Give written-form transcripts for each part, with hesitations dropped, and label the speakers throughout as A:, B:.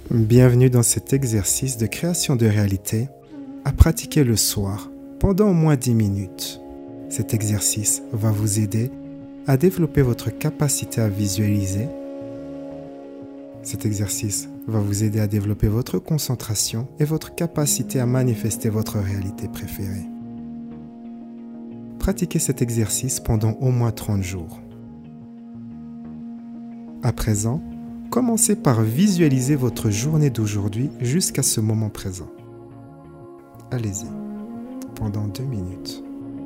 A: Bienvenue dans cet exercice de création de réalité à pratiquer le soir pendant au moins 10 minutes. Cet exercice va vous aider à développer votre capacité à visualiser. Cet exercice va vous aider à développer votre concentration et votre capacité à manifester votre réalité préférée. Pratiquez cet exercice pendant au moins 30 jours. À présent, commencez par visualiser votre journée d'aujourd'hui jusqu'à ce moment présent. Allez-y, pendant 2 minutes.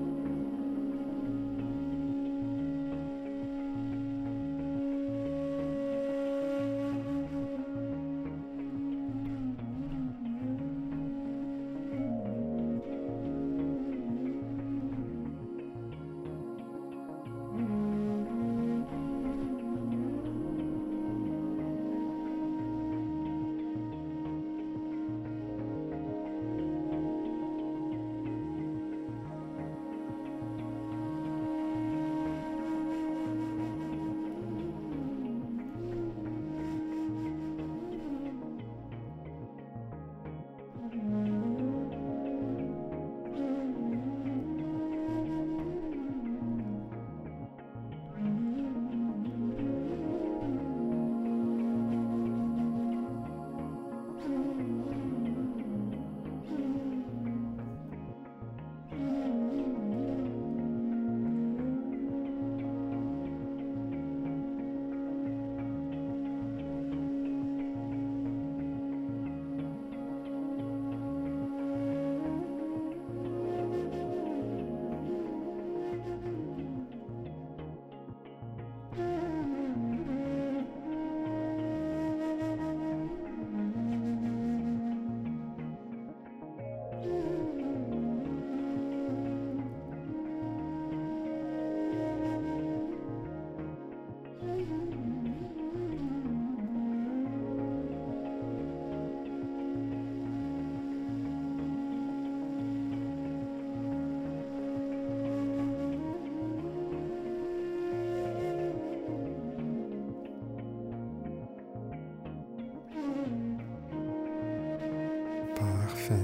A: Parfait.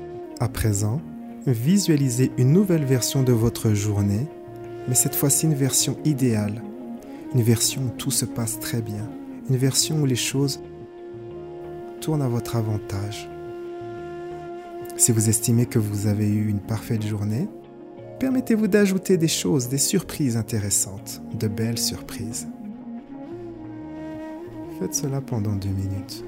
A: À présent, visualisez une nouvelle version de votre journée, mais cette fois-ci une version idéale, une version où tout se passe très bien, une version où les choses tournent à votre avantage. Si vous estimez que vous avez eu une parfaite journée, permettez-vous d'ajouter des choses, des surprises intéressantes, de belles surprises. Faites cela pendant 2 minutes.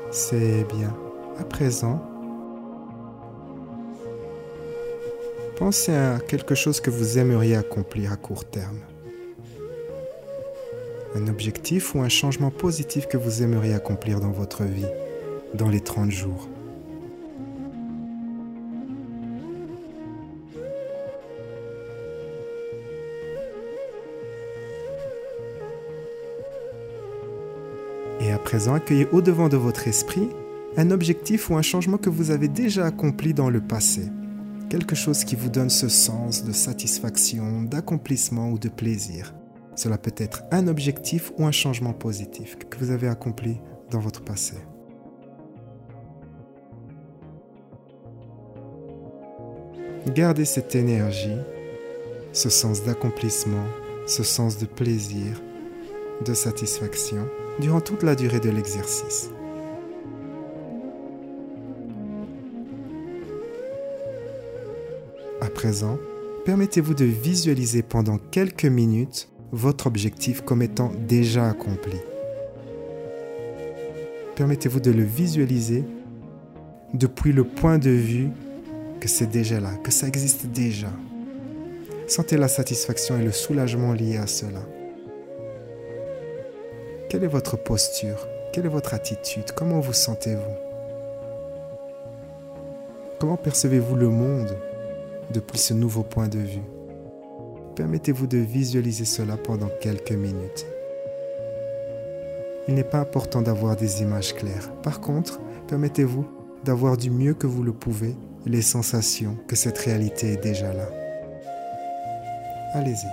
A: C'est bien. À présent, pensez à quelque chose que vous aimeriez accomplir à court terme. Un objectif ou un changement positif que vous aimeriez accomplir dans votre vie, dans les 30 jours. Et à présent, accueillez au-devant de votre esprit un objectif ou un changement que vous avez déjà accompli dans le passé. Quelque chose qui vous donne ce sens de satisfaction, d'accomplissement ou de plaisir. Cela peut être un objectif ou un changement positif que vous avez accompli dans votre passé. Gardez cette énergie, ce sens d'accomplissement, ce sens de plaisir, de satisfaction durant toute la durée de l'exercice. À présent, permettez-vous de visualiser pendant quelques minutes votre objectif comme étant déjà accompli. Permettez-vous de le visualiser depuis le point de vue que c'est déjà là, que ça existe déjà. Sentez la satisfaction et le soulagement liés à cela. Quelle est votre posture? Quelle est votre attitude? Comment vous sentez-vous? Comment percevez-vous le monde depuis ce nouveau point de vue? Permettez-vous de visualiser cela pendant quelques minutes. Il n'est pas important d'avoir des images claires. Par contre, permettez-vous d'avoir du mieux que vous le pouvez les sensations que cette réalité est déjà là. Allez-y.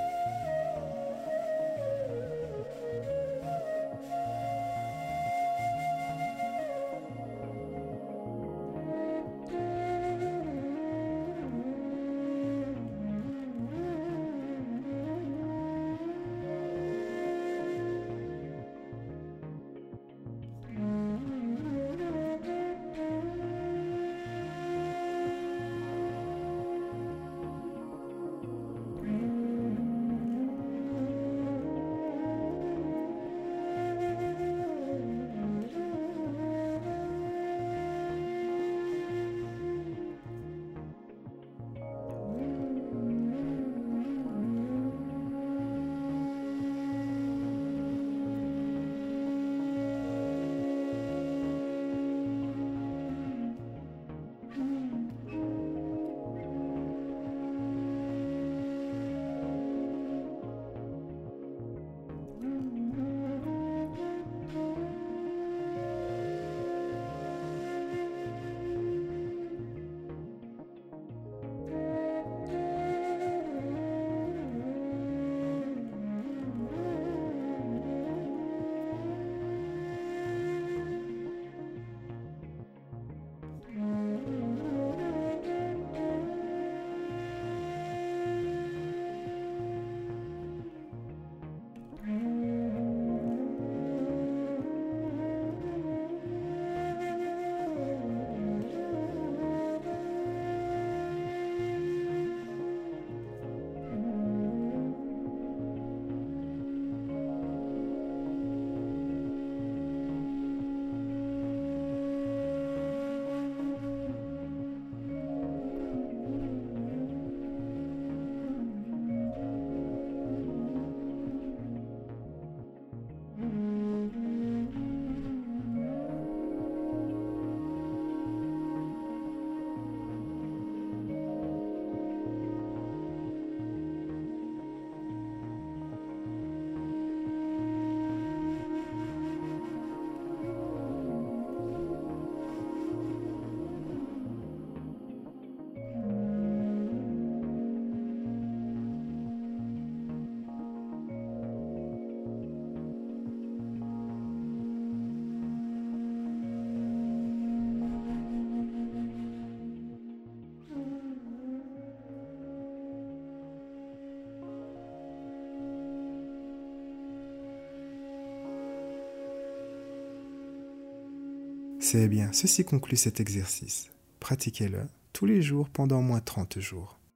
A: C'est bien, ceci conclut cet exercice. Pratiquez-le tous les jours pendant au moins 30 jours.